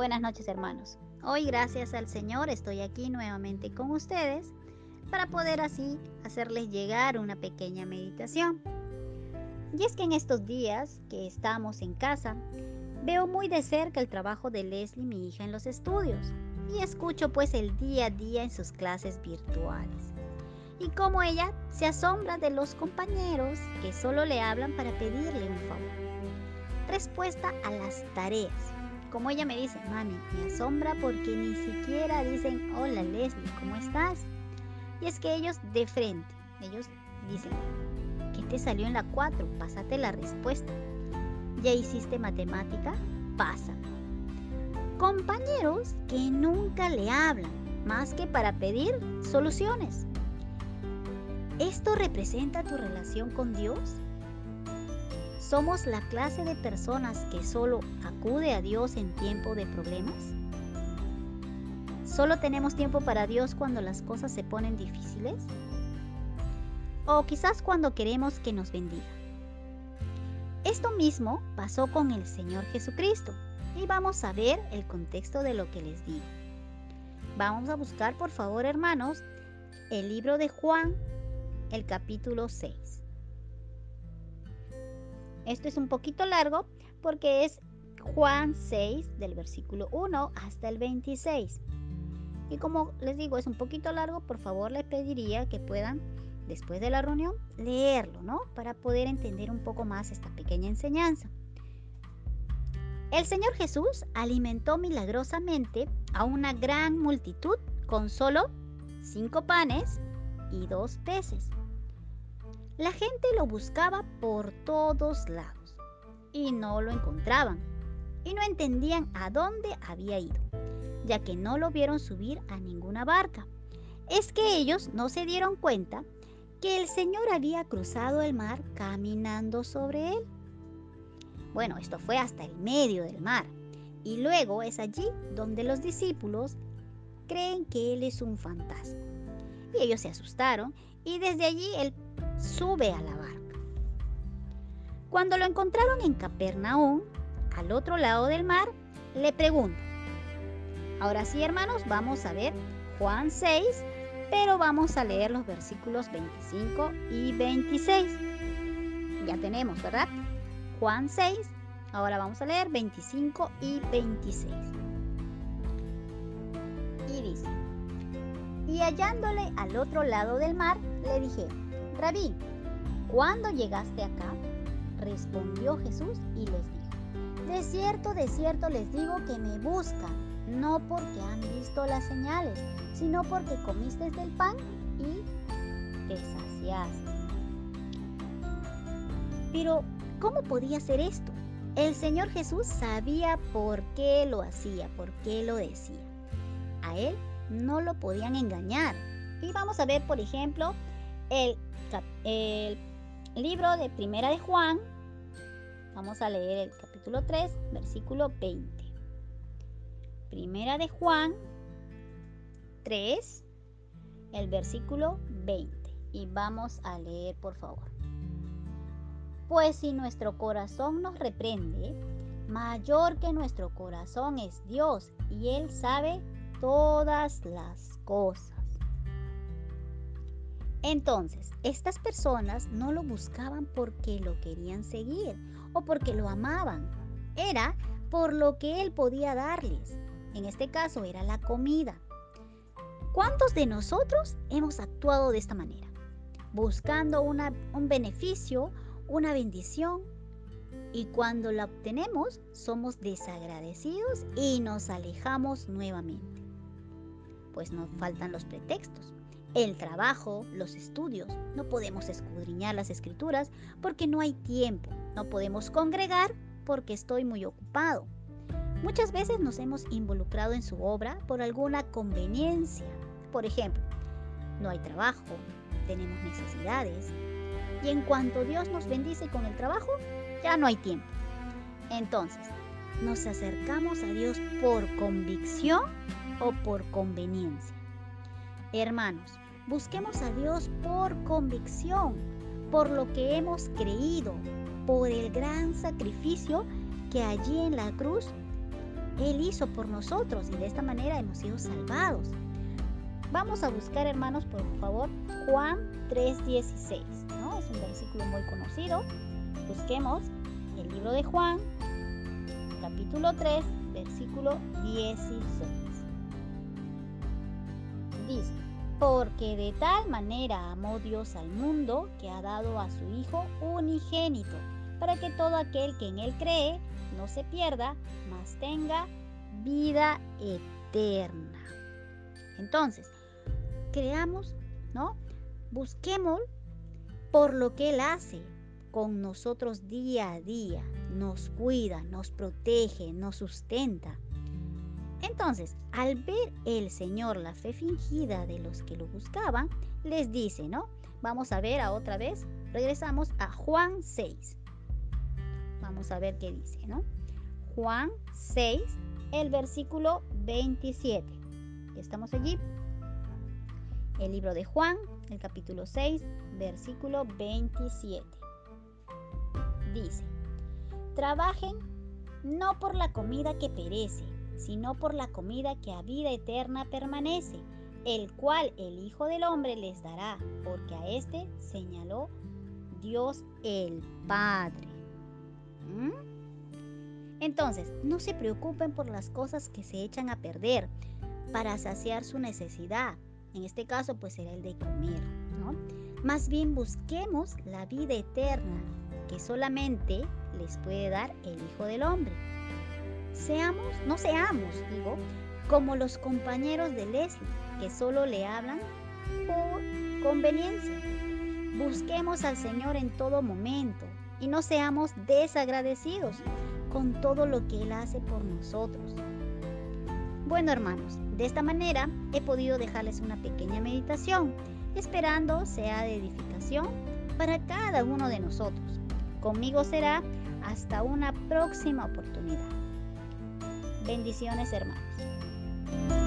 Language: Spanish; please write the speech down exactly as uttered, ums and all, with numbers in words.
Buenas noches, hermanos. Hoy, gracias al Señor, estoy aquí nuevamente con ustedes para poder así hacerles llegar una pequeña meditación. Y es que en estos días que estamos en casa, veo muy de cerca el trabajo de Leslie, mi hija, en los estudios, y escucho pues el día a día en sus clases virtuales. Y cómo ella se asombra de los compañeros que solo le hablan para pedirle un favor. Respuesta a las tareas. Como ella me dice, mami, me asombra porque ni siquiera dicen, hola Leslie, ¿cómo estás? Y es que ellos de frente, ellos dicen, ¿qué te salió en la cuatro? Pásate la respuesta. ¿Ya hiciste matemática? Pásame. Compañeros que nunca le hablan, más que para pedir soluciones. ¿Esto representa tu relación con Dios? ¿Somos la clase de personas que solo acude a Dios en tiempo de problemas? ¿Solo tenemos tiempo para Dios cuando las cosas se ponen difíciles? ¿O quizás cuando queremos que nos bendiga? Esto mismo pasó con el Señor Jesucristo y vamos a ver el contexto de lo que les digo. Vamos a buscar, por favor, hermanos, el libro de Juan, el capítulo seis. Esto es un poquito largo porque es Juan seis del versículo uno hasta el veintiséis. Y como les digo, es un poquito largo, por favor les pediría que puedan, después de la reunión, leerlo, ¿no? Para poder entender un poco más esta pequeña enseñanza. El Señor Jesús alimentó milagrosamente a una gran multitud con solo cinco panes y dos peces. La gente lo buscaba por todos lados y no lo encontraban y no entendían a dónde había ido, ya que no lo vieron subir a ninguna barca. Es que ellos no se dieron cuenta que el Señor había cruzado el mar caminando sobre él. Bueno, esto fue hasta el medio del mar y luego es allí donde los discípulos creen que él es un fantasma. Y ellos se asustaron y desde allí él sube a la barca. Cuando lo encontraron en Capernaum, al otro lado del mar, le preguntan. Ahora sí, hermanos, vamos a ver Juan seis, pero vamos a leer los versículos veinticinco y veintiséis. Ya tenemos, ¿verdad? Juan seis, ahora vamos a leer veinticinco y veintiséis. Y dice, y hallándole al otro lado del mar, le dijeron, Rabí, ¿cuándo llegaste acá? Respondió Jesús y les dijo, de cierto, de cierto les digo que me buscan, no porque han visto las señales, sino porque comiste del pan y te saciaste. Pero, ¿cómo podía ser esto? El Señor Jesús sabía por qué lo hacía, por qué lo decía. A él no lo podían engañar. Y vamos a ver, por ejemplo, el, el libro de Primera de Juan. Vamos a leer el capítulo tres, versículo veinte. Primera de Juan tres, el versículo veinte. Y vamos a leer, por favor. Pues si nuestro corazón nos reprende, mayor que nuestro corazón es Dios, y Él sabe todas las cosas. Entonces, estas personas no lo buscaban porque lo querían seguir o porque lo amaban. Era por lo que Él podía darles. En este caso era la comida. ¿Cuántos de nosotros hemos actuado de esta manera? Buscando una, un beneficio, una bendición, y cuando la obtenemos somos desagradecidos y nos alejamos nuevamente. Pues nos faltan los pretextos. El trabajo, los estudios, no podemos escudriñar las escrituras porque no hay tiempo, no podemos congregar porque estoy muy ocupado. Muchas veces nos hemos involucrado en su obra por alguna conveniencia. Por ejemplo, no hay trabajo, tenemos necesidades y en cuanto Dios nos bendice con el trabajo, ya no hay tiempo. Entonces, ¿nos acercamos a Dios por convicción o por conveniencia? Hermanos, busquemos a Dios por convicción, por lo que hemos creído, por el gran sacrificio que allí en la cruz Él hizo por nosotros y de esta manera hemos sido salvados. Vamos a buscar, hermanos, por favor, Juan tres dieciséis, ¿no? Es un versículo muy conocido. Busquemos el libro de Juan, capítulo tres, versículo dieciséis. Dice: porque de tal manera amó Dios al mundo que ha dado a su Hijo unigénito, para que todo aquel que en Él cree no se pierda, mas tenga vida eterna. Entonces, creamos, ¿no? Busquemos por lo que Él hace con nosotros día a día. Nos cuida, nos protege, nos sustenta. Entonces, al ver el Señor la fe fingida de los que lo buscaban, les dice, ¿no? Vamos a ver a otra vez, regresamos a Juan seis. Vamos a ver qué dice, ¿no? Juan seis, el versículo veintisiete. ¿Estamos allí? El libro de Juan, el capítulo seis, versículo veintisiete. Dice: trabajen no por la comida que perece, sino por la comida que a vida eterna permanece, el cual el Hijo del Hombre les dará, porque a éste señaló Dios el Padre. ¿Mm? Entonces, no se preocupen por las cosas que se echan a perder para saciar su necesidad. En este caso, pues será el de comer, ¿no? Más bien busquemos la vida eterna que solamente les puede dar el Hijo del Hombre. Seamos, no seamos, digo, como los compañeros de Leslie, que solo le hablan por conveniencia. Busquemos al Señor en todo momento y no seamos desagradecidos con todo lo que Él hace por nosotros. Bueno, hermanos, de esta manera he podido dejarles una pequeña meditación, esperando sea de edificación para cada uno de nosotros. Conmigo será hasta una próxima oportunidad. Bendiciones, hermanos.